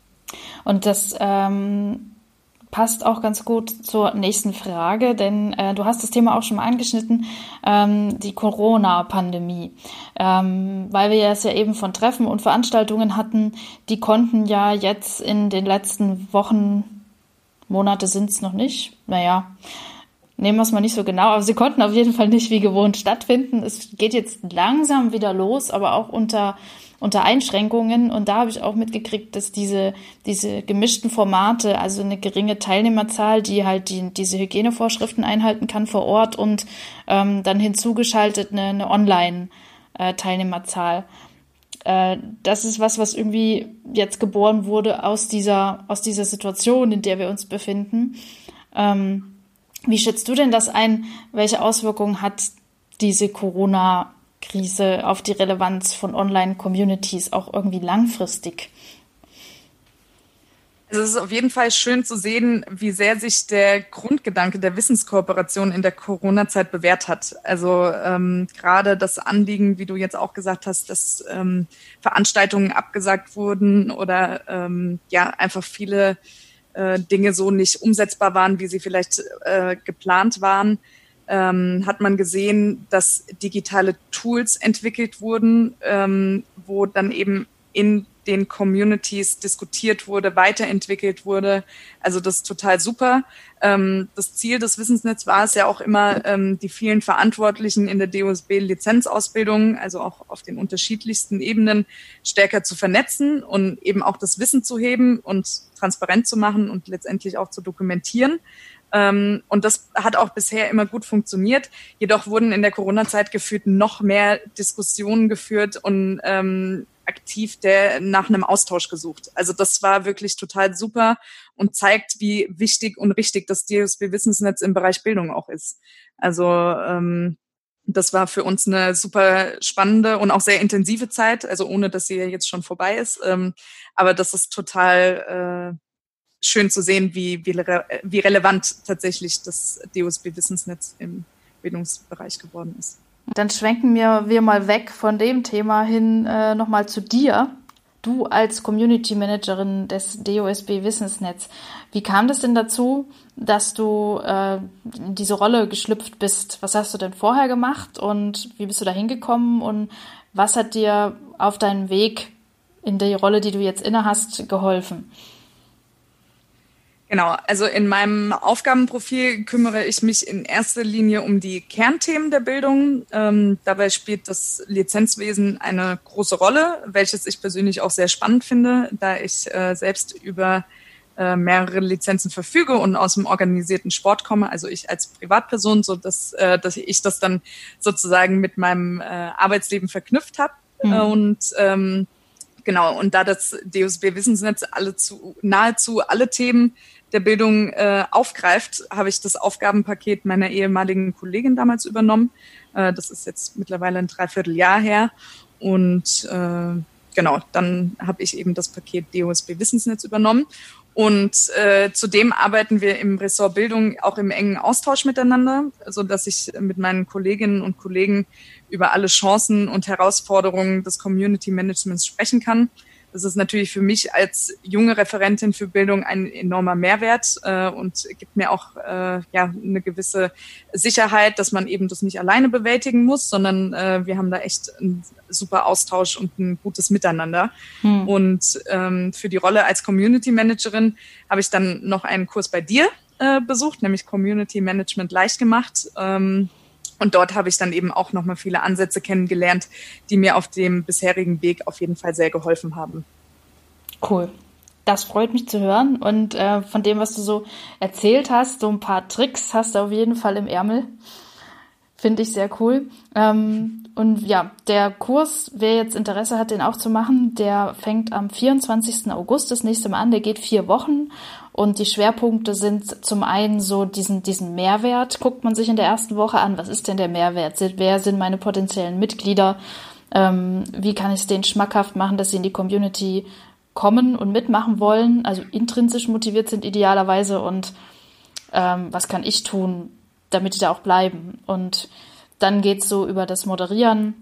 Und das ähm, passt auch ganz gut zur nächsten Frage, denn äh, du hast das Thema auch schon mal angeschnitten, ähm, die Corona-Pandemie. Ähm, weil wir es ja eben von Treffen und Veranstaltungen hatten, die konnten ja jetzt in den letzten Wochen, Monate sind es noch nicht, naja, nehmen wir es mal nicht so genau, aber sie konnten auf jeden Fall nicht wie gewohnt stattfinden. Es geht jetzt langsam wieder los, aber auch unter unter Einschränkungen. Und da habe ich auch mitgekriegt, dass diese diese gemischten Formate, also eine geringe Teilnehmerzahl, die halt die, diese Hygienevorschriften einhalten kann vor Ort und ähm, dann hinzugeschaltet eine, eine Online-Teilnehmerzahl. Äh, das ist was, was irgendwie jetzt geboren wurde aus dieser aus dieser Situation, in der wir uns befinden. Ähm, Wie schätzt du denn das ein? Welche Auswirkungen hat diese Corona-Krise auf die Relevanz von Online-Communities auch irgendwie langfristig? Also es ist auf jeden Fall schön zu sehen, wie sehr sich der Grundgedanke der Wissenskooperation in der Corona-Zeit bewährt hat. Also ähm, gerade das Anliegen, wie du jetzt auch gesagt hast, dass ähm, Veranstaltungen abgesagt wurden oder ähm, ja einfach viele äh, Dinge so nicht umsetzbar waren, wie sie vielleicht äh, geplant waren, ähm, hat man gesehen, dass digitale Tools entwickelt wurden, ähm, wo dann eben in den Communities diskutiert wurde, weiterentwickelt wurde. Also das ist total super. Ähm, das Ziel des Wissensnetz war es ja auch immer, ähm, die vielen Verantwortlichen in der D O S B-Lizenzausbildung, also auch auf den unterschiedlichsten Ebenen, stärker zu vernetzen und eben auch das Wissen zu heben und transparent zu machen und letztendlich auch zu dokumentieren. Ähm, und das hat auch bisher immer gut funktioniert. Jedoch wurden in der Corona-Zeit gefühlt noch mehr Diskussionen geführt und ähm, aktiv der nach einem Austausch gesucht. Also das war wirklich total super und zeigt, wie wichtig und richtig das D O S B-Wissensnetz im Bereich Bildung auch ist. Also ähm, das war für uns eine super spannende und auch sehr intensive Zeit, also ohne, dass sie ja jetzt schon vorbei ist. Ähm, aber das ist total äh, schön zu sehen, wie, wie, wie relevant tatsächlich das D O S B-Wissensnetz im Bildungsbereich geworden ist. Dann schwenken wir, wir mal weg von dem Thema hin äh, nochmal zu dir. Du als Community Managerin des D O S B-Wissensnetz. Wie kam das denn dazu, dass du äh, in diese Rolle geschlüpft bist? Was hast du denn vorher gemacht und wie bist du da hingekommen und was hat dir auf deinem Weg in die Rolle, die du jetzt inne hast, geholfen? Genau, also in meinem Aufgabenprofil kümmere ich mich in erster Linie um die Kernthemen der Bildung. Ähm, dabei spielt das Lizenzwesen eine große Rolle, welches ich persönlich auch sehr spannend finde, da ich äh, selbst über äh, mehrere Lizenzen verfüge und aus dem organisierten Sport komme, also ich als Privatperson, so dass, äh, dass ich das dann sozusagen mit meinem äh, Arbeitsleben verknüpft habe. Mhm. Und ähm, genau, und da das D O S B-Wissensnetz alle zu, nahezu alle Themen der Bildung äh, aufgreift, habe ich das Aufgabenpaket meiner ehemaligen Kollegin damals übernommen. Äh, das ist jetzt mittlerweile ein Dreivierteljahr her. Und äh, genau, dann habe ich eben das Paket D O S B-Wissensnetz übernommen. Und äh, zudem arbeiten wir im Ressort Bildung auch im engen Austausch miteinander, so dass ich mit meinen Kolleginnen und Kollegen über alle Chancen und Herausforderungen des Community Managements sprechen kann. Das ist natürlich für mich als junge Referentin für Bildung ein enormer Mehrwert äh, und gibt mir auch äh, ja eine gewisse Sicherheit, dass man eben das nicht alleine bewältigen muss, sondern äh, wir haben da echt einen super Austausch und ein gutes Miteinander. Hm. Und ähm, für die Rolle als Community Managerin habe ich dann noch einen Kurs bei dir äh, besucht, nämlich Community Management leicht gemacht. Ähm, Und dort habe ich dann eben auch nochmal viele Ansätze kennengelernt, die mir auf dem bisherigen Weg auf jeden Fall sehr geholfen haben. Cool. Das freut mich zu hören. Und äh, von dem, was du so erzählt hast, so ein paar Tricks hast du auf jeden Fall im Ärmel. Finde ich sehr cool. Ähm, und ja, der Kurs, wer jetzt Interesse hat, den auch zu machen, der fängt am vierundzwanzigsten August das nächste Mal an. Der geht vier Wochen. Und die Schwerpunkte sind zum einen so diesen, diesen Mehrwert, guckt man sich in der ersten Woche an, was ist denn der Mehrwert? Wer sind meine potenziellen Mitglieder? Ähm, wie kann ich es denen schmackhaft machen, dass sie in die Community kommen und mitmachen wollen, also intrinsisch motiviert sind idealerweise und ähm, was kann ich tun, damit die da auch bleiben? Und dann geht's so über das Moderieren,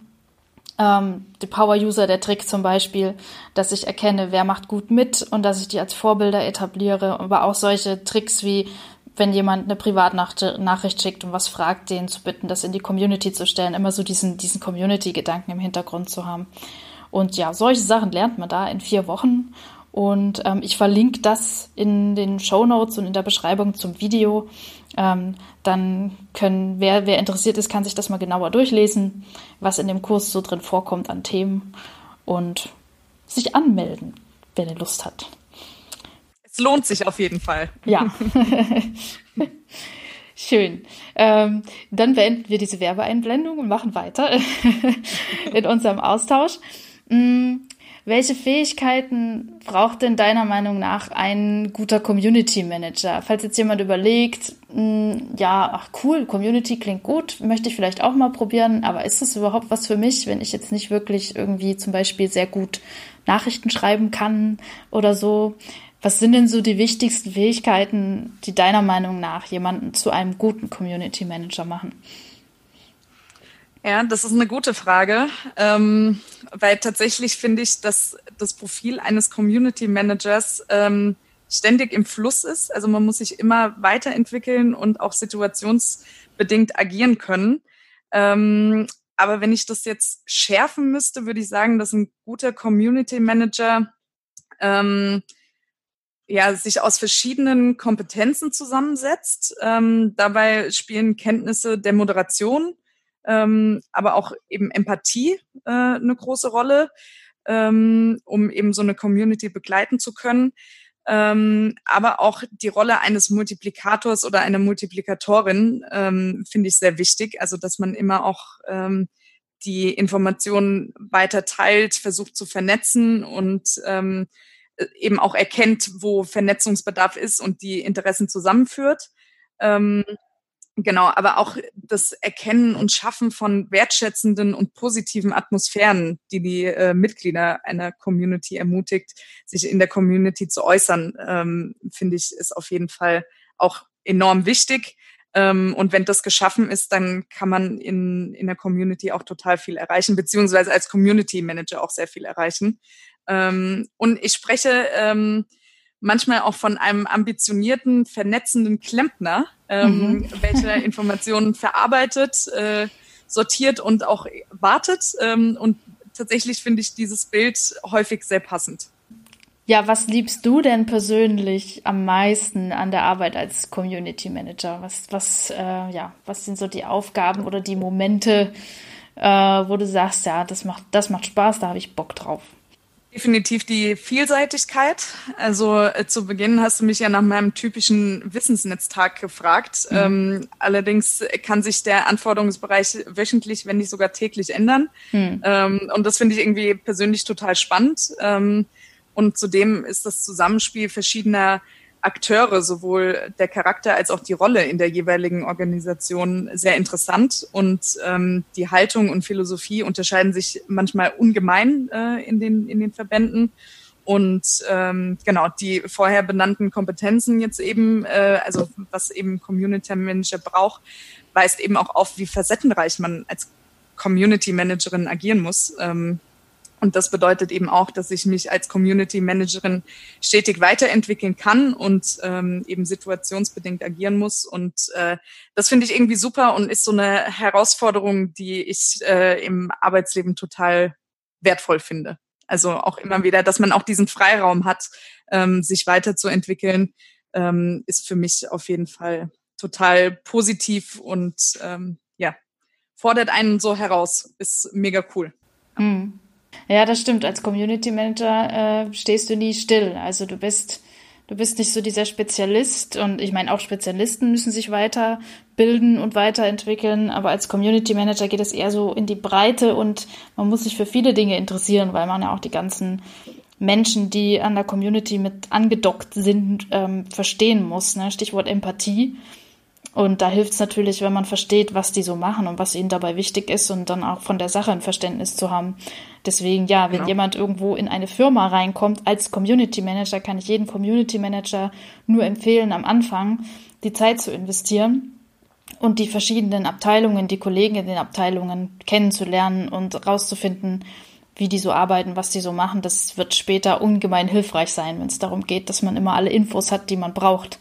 Ähm, die Power-User, der Trick zum Beispiel, dass ich erkenne, wer macht gut mit und dass ich die als Vorbilder etabliere. Aber auch solche Tricks wie, wenn jemand eine Privatnachricht schickt und was fragt, den zu bitten, das in die Community zu stellen, immer so diesen, diesen Community-Gedanken im Hintergrund zu haben. Und ja, solche Sachen lernt man da in vier Wochen. Und ähm, ich verlinke das in den Shownotes und in der Beschreibung zum Video. Ähm, dann können, wer, wer interessiert ist, kann sich das mal genauer durchlesen, was in dem Kurs so drin vorkommt an Themen und sich anmelden, wer eine Lust hat. Es lohnt sich auf jeden Fall. Ja. Schön. Ähm, dann beenden wir diese Werbeeinblendung und machen weiter in unserem Austausch. Hm, welche Fähigkeiten braucht denn deiner Meinung nach ein guter Community Manager? Falls jetzt jemand überlegt, mh, ja, ach cool, Community klingt gut, möchte ich vielleicht auch mal probieren, aber ist das überhaupt was für mich, wenn ich jetzt nicht wirklich irgendwie zum Beispiel sehr gut Nachrichten schreiben kann oder so? Was sind denn so die wichtigsten Fähigkeiten, die deiner Meinung nach jemanden zu einem guten Community Manager machen? Ja, das ist eine gute Frage, ähm, weil tatsächlich finde ich, dass das Profil eines Community Managers ähm, ständig im Fluss ist. Also man muss sich immer weiterentwickeln und auch situationsbedingt agieren können. Ähm, aber wenn ich das jetzt schärfen müsste, würde ich sagen, dass ein guter Community Manager ähm, ja, sich aus verschiedenen Kompetenzen zusammensetzt. Ähm, dabei spielen Kenntnisse der Moderation, ähm, aber auch eben Empathie äh, eine große Rolle, ähm, um eben so eine Community begleiten zu können. Ähm, aber auch die Rolle eines Multiplikators oder einer Multiplikatorin ähm, finde ich sehr wichtig. Also, dass man immer auch ähm, die Informationen weiter teilt, versucht zu vernetzen und ähm, eben auch erkennt, wo Vernetzungsbedarf ist und die Interessen zusammenführt. Ähm, genau, aber auch das Erkennen und Schaffen von wertschätzenden und positiven Atmosphären, die die äh, Mitglieder einer Community ermutigt, sich in der Community zu äußern, ähm, finde ich, ist auf jeden Fall auch enorm wichtig. Ähm, und wenn das geschaffen ist, dann kann man in, in der Community auch total viel erreichen, beziehungsweise als Community Manager auch sehr viel erreichen. Ähm, und ich spreche ähm, manchmal auch von einem ambitionierten, vernetzenden Klempner, ähm, mhm. welcher Informationen verarbeitet, äh, sortiert und auch wartet. Ähm, und tatsächlich finde ich dieses Bild häufig sehr passend. Ja, was liebst du denn persönlich am meisten an der Arbeit als Community Manager? Was, was, äh, ja, was sind so die Aufgaben oder die Momente, äh, wo du sagst, ja, das macht, das macht Spaß, da habe ich Bock drauf? Definitiv die Vielseitigkeit. Also äh, zu Beginn hast du mich ja nach meinem typischen Wissensnetztag gefragt. Mhm. Ähm, allerdings kann sich der Anforderungsbereich wöchentlich, wenn nicht sogar täglich ändern. Mhm. Ähm, und das finde ich irgendwie persönlich total spannend. Ähm, und zudem ist das Zusammenspiel verschiedener Akteure, sowohl der Charakter als auch die Rolle in der jeweiligen Organisation, sehr interessant. Und ähm, die Haltung und Philosophie unterscheiden sich manchmal ungemein äh, in den in den Verbänden. Und ähm, genau, die vorher benannten Kompetenzen jetzt eben, äh, also was eben Community Manager braucht, weist eben auch auf, wie facettenreich man als Community Managerin agieren muss. Ähm, Und das bedeutet eben auch, dass ich mich als Community Managerin stetig weiterentwickeln kann und ähm, eben situationsbedingt agieren muss. Und äh, das finde ich irgendwie super und ist so eine Herausforderung, die ich äh, im Arbeitsleben total wertvoll finde. Also auch immer wieder, dass man auch diesen Freiraum hat, ähm, sich weiterzuentwickeln, ähm, ist für mich auf jeden Fall total positiv und ähm, ja, fordert einen so heraus. Ist mega cool. Mhm. Ja, das stimmt. Als Community Manager äh, stehst du nie still. Also du bist, du bist nicht so dieser Spezialist und ich meine auch Spezialisten müssen sich weiterbilden und weiterentwickeln, aber als Community Manager geht es eher so in die Breite und man muss sich für viele Dinge interessieren, weil man ja auch die ganzen Menschen, die an der Community mit angedockt sind, ähm, verstehen muss. Ne? Stichwort Empathie. Und da hilft es natürlich, wenn man versteht, was die so machen und was ihnen dabei wichtig ist und dann auch von der Sache ein Verständnis zu haben. Deswegen, ja, wenn genau. jemand irgendwo in eine Firma reinkommt, als Community Manager, kann ich jedem Community Manager nur empfehlen, am Anfang die Zeit zu investieren und die verschiedenen Abteilungen, die Kollegen in den Abteilungen kennenzulernen und rauszufinden, wie die so arbeiten, was die so machen. Das wird später ungemein hilfreich sein, wenn es darum geht, dass man immer alle Infos hat, die man braucht.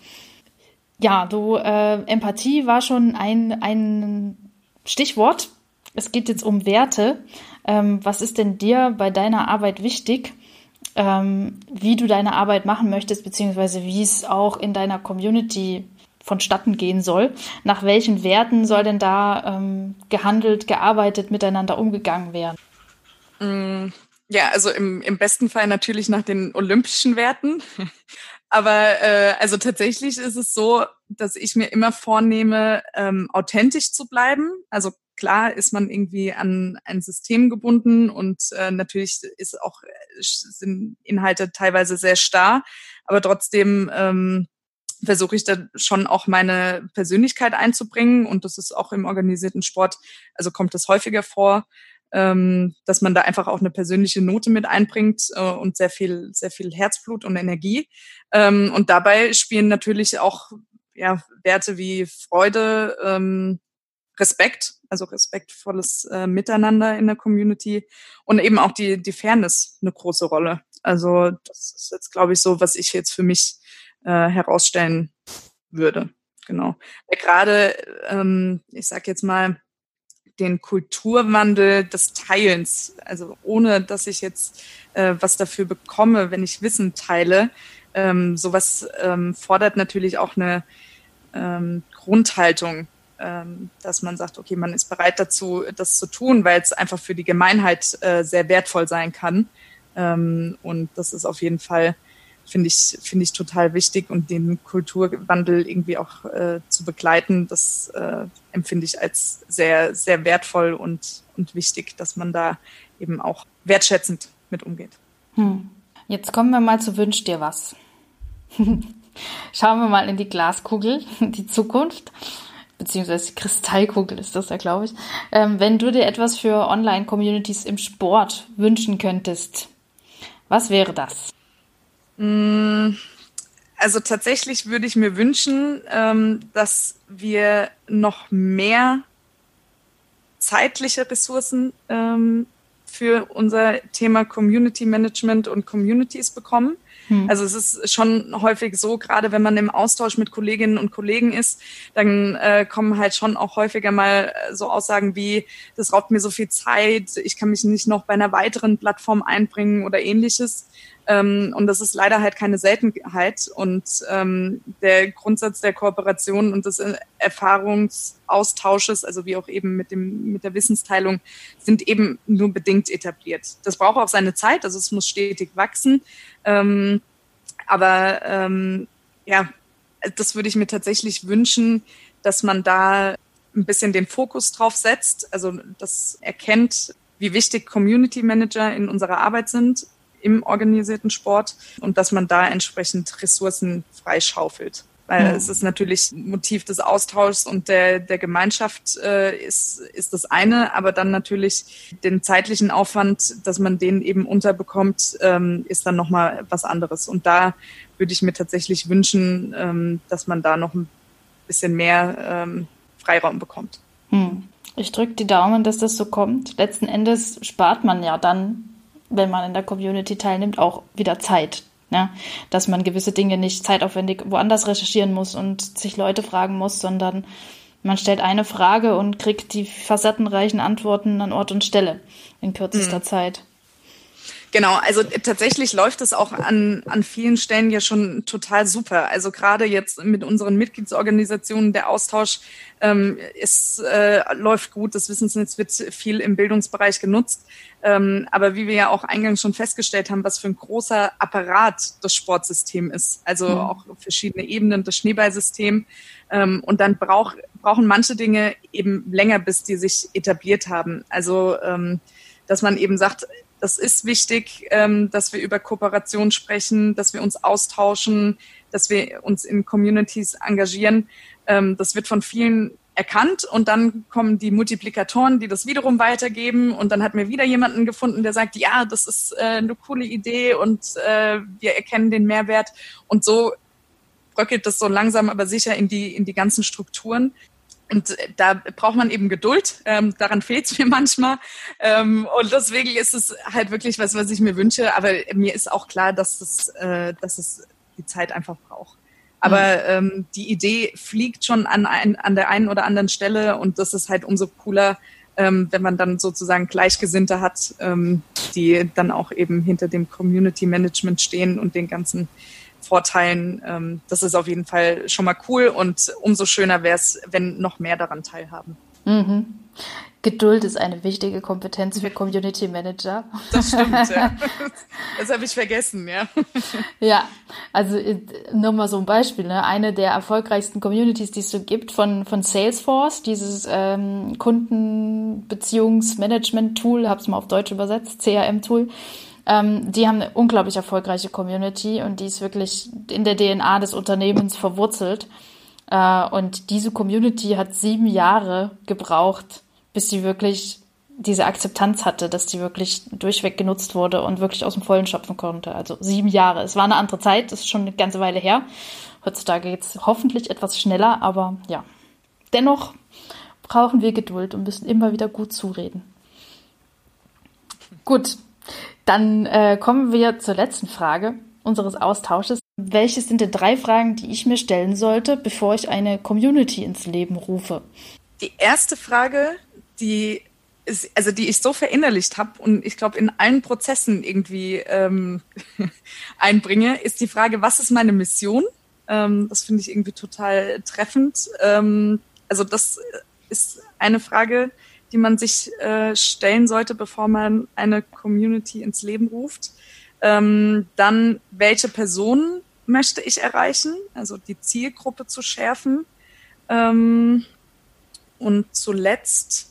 Ja, du, äh, Empathie war schon ein, ein Stichwort. Es geht jetzt um Werte. Ähm, was ist denn dir bei deiner Arbeit wichtig? ähm, wie du deine Arbeit machen möchtest, beziehungsweise wie es auch in deiner Community vonstatten gehen soll. Nach welchen Werten soll denn da ähm, gehandelt, gearbeitet, miteinander umgegangen werden? Mm, ja, also im, im besten Fall natürlich nach den olympischen Werten. Aber äh, also tatsächlich ist es so, dass ich mir immer vornehme, ähm, authentisch zu bleiben. Also klar ist man irgendwie an ein System gebunden und äh, natürlich ist auch sind Inhalte teilweise sehr starr, aber trotzdem ähm, versuche ich da schon auch meine Persönlichkeit einzubringen und das ist auch im organisierten Sport, also kommt das häufiger vor, ähm, dass man da einfach auch eine persönliche Note mit einbringt äh, und sehr viel, sehr viel Herzblut und Energie. Ähm, und dabei spielen natürlich auch ja, Werte wie Freude, ähm, Respekt, also respektvolles äh, Miteinander in der Community und eben auch die, die Fairness eine große Rolle. Also das ist jetzt, glaube ich, so, was ich jetzt für mich äh, herausstellen würde. Genau. Ja, gerade, ähm, ich sag jetzt mal, den Kulturwandel des Teilens, also ohne, dass ich jetzt äh, was dafür bekomme, wenn ich Wissen teile, ähm, sowas ähm, fordert natürlich auch eine ähm, Grundhaltung, ähm, dass man sagt, okay, man ist bereit dazu, das zu tun, weil es einfach für die Gemeinheit äh, sehr wertvoll sein kann. Ähm, und das ist auf jeden Fall, finde ich, finde ich total wichtig und den Kulturwandel irgendwie auch äh, zu begleiten, das äh, empfinde ich als sehr, sehr wertvoll und, und wichtig, dass man da eben auch wertschätzend mit umgeht. Hm. Jetzt kommen wir mal zu Wünsch dir was. Schauen wir mal in die Glaskugel, die Zukunft, beziehungsweise die Kristallkugel ist das ja, glaube ich. Ähm, wenn du dir etwas für Online-Communities im Sport wünschen könntest, was wäre das? Also tatsächlich würde ich mir wünschen, ähm, dass wir noch mehr zeitliche Ressourcen ähm, für unser Thema Community Management und Communities bekommen. Hm. Also es ist schon häufig so, gerade wenn man im Austausch mit Kolleginnen und Kollegen ist, dann äh, kommen halt schon auch häufiger mal so Aussagen wie, das raubt mir so viel Zeit, ich kann mich nicht noch bei einer weiteren Plattform einbringen oder ähnliches. Ähm, und das ist leider halt keine Seltenheit. Und ähm, der Grundsatz der Kooperation und des Erfahrungsaustausches, also wie auch eben mit dem mit der Wissensteilung, sind eben nur bedingt etabliert. Das braucht auch seine Zeit, also es muss stetig wachsen. Ähm, aber ähm, ja, das würde ich mir tatsächlich wünschen, dass man da ein bisschen den Fokus drauf setzt, also das erkennt, wie wichtig Community Manager in unserer Arbeit sind im organisierten Sport und dass man da entsprechend Ressourcen freischaufelt. Weil ja. Es ist natürlich Motiv des Austauschs und der, der Gemeinschaft äh, ist, ist das eine, aber dann natürlich den zeitlichen Aufwand, dass man den eben unterbekommt, ähm, ist dann nochmal was anderes. Und da würde ich mir tatsächlich wünschen, ähm, dass man da noch ein bisschen mehr ähm, Freiraum bekommt. Hm. Ich drücke die Daumen, dass das so kommt. Letzten Endes spart man ja dann, wenn man in der Community teilnimmt, auch wieder Zeit. Ne? Dass man gewisse Dinge nicht zeitaufwendig woanders recherchieren muss und sich Leute fragen muss, sondern man stellt eine Frage und kriegt die facettenreichen Antworten an Ort und Stelle in kürzester mhm. Zeit. Genau, also tatsächlich läuft es auch an, an vielen Stellen ja schon total super. Also gerade jetzt mit unseren Mitgliedsorganisationen, der Austausch ähm, ist, äh, läuft gut. Das Wissensnetz wird viel im Bildungsbereich genutzt. Ähm, aber wie wir ja auch eingangs schon festgestellt haben, was für ein großer Apparat das Sportsystem ist. Also mhm. auch verschiedene Ebenen, das Schneeballsystem. Ähm, und dann brauch, brauchen manche Dinge eben länger, bis die sich etabliert haben. Also ähm, dass man eben sagt, das ist wichtig, ähm, dass wir über Kooperation sprechen, dass wir uns austauschen, dass wir uns in Communities engagieren. Ähm, das wird von vielen erkannt und dann kommen die Multiplikatoren, die das wiederum weitergeben und dann hat mir wieder jemanden gefunden, der sagt, ja, das ist äh, eine coole Idee und äh, wir erkennen den Mehrwert und so bröckelt das so langsam aber sicher in die in die ganzen Strukturen. Und da braucht man eben Geduld. Ähm, daran fehlt es mir manchmal. Ähm, und deswegen ist es halt wirklich was, was ich mir wünsche. Aber mir ist auch klar, dass es, äh, dass es die Zeit einfach braucht. Aber ähm, die Idee fliegt schon an, ein, an der einen oder anderen Stelle. Und das ist halt umso cooler, ähm, wenn man dann sozusagen Gleichgesinnte hat, ähm, die dann auch eben hinter dem Community Management stehen und den ganzen Vorteilen. Ähm, das ist auf jeden Fall schon mal cool und umso schöner wäre es, wenn noch mehr daran teilhaben. Mhm. Geduld ist eine wichtige Kompetenz für Community Manager. Das stimmt, ja. Das habe ich vergessen, ja. Ja, also nur mal so ein Beispiel, ne? Eine der erfolgreichsten Communities, die es so gibt von, von Salesforce, dieses ähm, Kundenbeziehungsmanagement-Tool, habe es mal auf Deutsch übersetzt, C R M-Tool, ähm, die haben eine unglaublich erfolgreiche Community und die ist wirklich in der D N A des Unternehmens verwurzelt. Äh, und diese Community hat sieben Jahre gebraucht, bis sie wirklich diese Akzeptanz hatte, dass die wirklich durchweg genutzt wurde und wirklich aus dem Vollen schöpfen konnte. Also sieben Jahre. Es war eine andere Zeit, das ist schon eine ganze Weile her. Heutzutage geht es hoffentlich etwas schneller, aber ja. Dennoch brauchen wir Geduld und müssen immer wieder gut zureden. Gut, dann äh, kommen wir zur letzten Frage unseres Austausches. Welches sind denn drei Fragen, die ich mir stellen sollte, bevor ich eine Community ins Leben rufe? Die erste Frage, die ist, also die ich so verinnerlicht habe und ich glaube in allen Prozessen irgendwie ähm, einbringe, ist die Frage, was ist meine Mission? Ähm, das finde ich irgendwie total treffend. Ähm, also das ist eine Frage, die man sich äh, stellen sollte, bevor man eine Community ins Leben ruft. Ähm, dann, welche Personen möchte ich erreichen? Also die Zielgruppe zu schärfen. Ähm, und zuletzt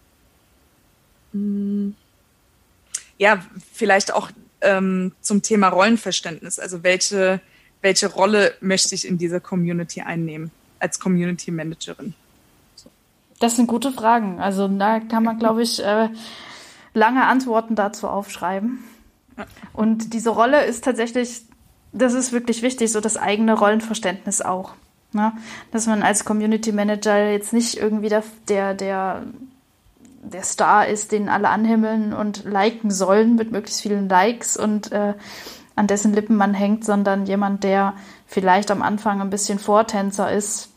ja, vielleicht auch ähm, zum Thema Rollenverständnis. Also welche, welche Rolle möchte ich in dieser Community einnehmen als Community Managerin? So. Das sind gute Fragen. Also da kann man, glaube ich, äh, lange Antworten dazu aufschreiben. Und diese Rolle ist tatsächlich, das ist wirklich wichtig, so das eigene Rollenverständnis auch. Ne? Dass man als Community Manager jetzt nicht irgendwie der, der, der der Star ist, den alle anhimmeln und liken sollen mit möglichst vielen Likes und äh, an dessen Lippen man hängt, sondern jemand, der vielleicht am Anfang ein bisschen Vortänzer ist.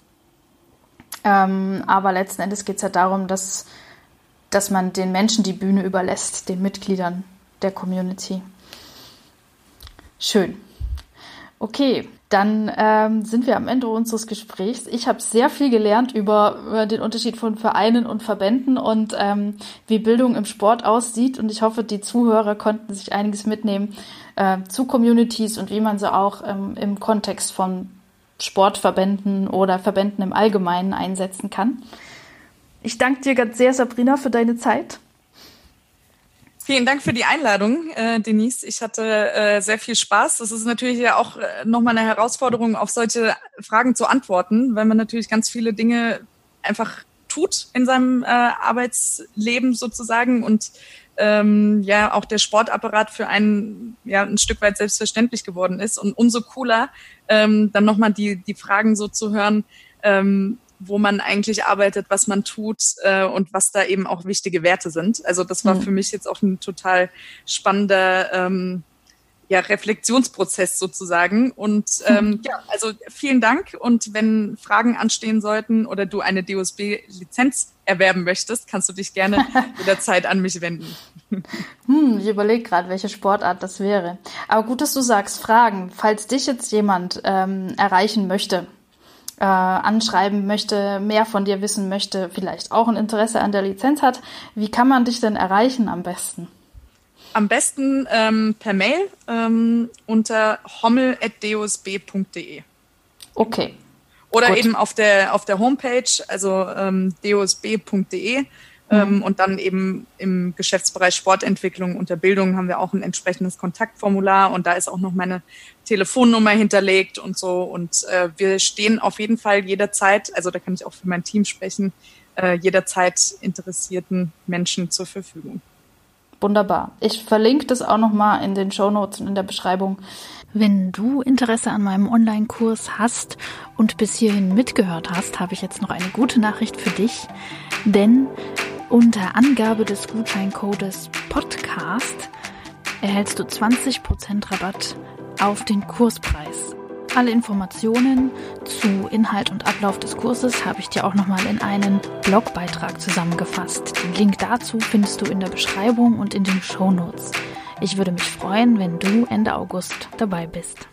Ähm, aber letzten Endes geht es ja darum, dass, dass man den Menschen die Bühne überlässt, den Mitgliedern der Community. Schön. Okay, dann ähm, sind wir am Ende unseres Gesprächs. Ich habe sehr viel gelernt über, über den Unterschied von Vereinen und Verbänden und ähm, wie Bildung im Sport aussieht. Und ich hoffe, die Zuhörer konnten sich einiges mitnehmen äh, zu Communities und wie man sie auch ähm, im Kontext von Sportverbänden oder Verbänden im Allgemeinen einsetzen kann. Ich danke dir ganz sehr, Sabrina, für deine Zeit. Vielen Dank für die Einladung, äh, Denise. Ich hatte äh, sehr viel Spaß. Das ist natürlich ja auch äh, nochmal eine Herausforderung, auf solche Fragen zu antworten, weil man natürlich ganz viele Dinge einfach tut in seinem äh, Arbeitsleben sozusagen und ähm, ja auch der Sportapparat für einen ja ein Stück weit selbstverständlich geworden ist. Und umso cooler, ähm, dann nochmal die, die Fragen so zu hören, ähm, wo man eigentlich arbeitet, was man tut äh, und was da eben auch wichtige Werte sind. Also das war mhm. für mich jetzt auch ein total spannender ähm, ja, Reflexionsprozess sozusagen. Und ähm, mhm. ja, also vielen Dank. Und wenn Fragen anstehen sollten oder du eine D O S B-Lizenz erwerben möchtest, kannst du dich gerne jederzeit an mich wenden. Hm, ich überlege gerade, welche Sportart das wäre. Aber gut, dass du sagst, Fragen. Falls dich jetzt jemand ähm, erreichen möchte, Äh, anschreiben möchte, mehr von dir wissen möchte, vielleicht auch ein Interesse an der Lizenz hat, wie kann man dich denn erreichen am besten? Am besten ähm, per Mail ähm, unter hommel at d o s b punkt d e. Okay. Oder Gut. eben auf der auf der Homepage, also ähm, d o s b punkt d e. Ähm, und dann eben im Geschäftsbereich Sportentwicklung unter Bildung haben wir auch ein entsprechendes Kontaktformular und da ist auch noch meine Telefonnummer hinterlegt und so. Und äh, wir stehen auf jeden Fall jederzeit, also da kann ich auch für mein Team sprechen, äh, jederzeit interessierten Menschen zur Verfügung. Wunderbar. Ich verlinke das auch nochmal in den Shownotes und in der Beschreibung. Wenn du Interesse an meinem Online-Kurs hast und bis hierhin mitgehört hast, habe ich jetzt noch eine gute Nachricht für dich, denn unter Angabe des Gutscheincodes Podcast erhältst du zwanzig Prozent Rabatt auf den Kurspreis. Alle Informationen zu Inhalt und Ablauf des Kurses habe ich dir auch nochmal in einen Blogbeitrag zusammengefasst. Den Link dazu findest du in der Beschreibung und in den Shownotes. Ich würde mich freuen, wenn du Ende August dabei bist.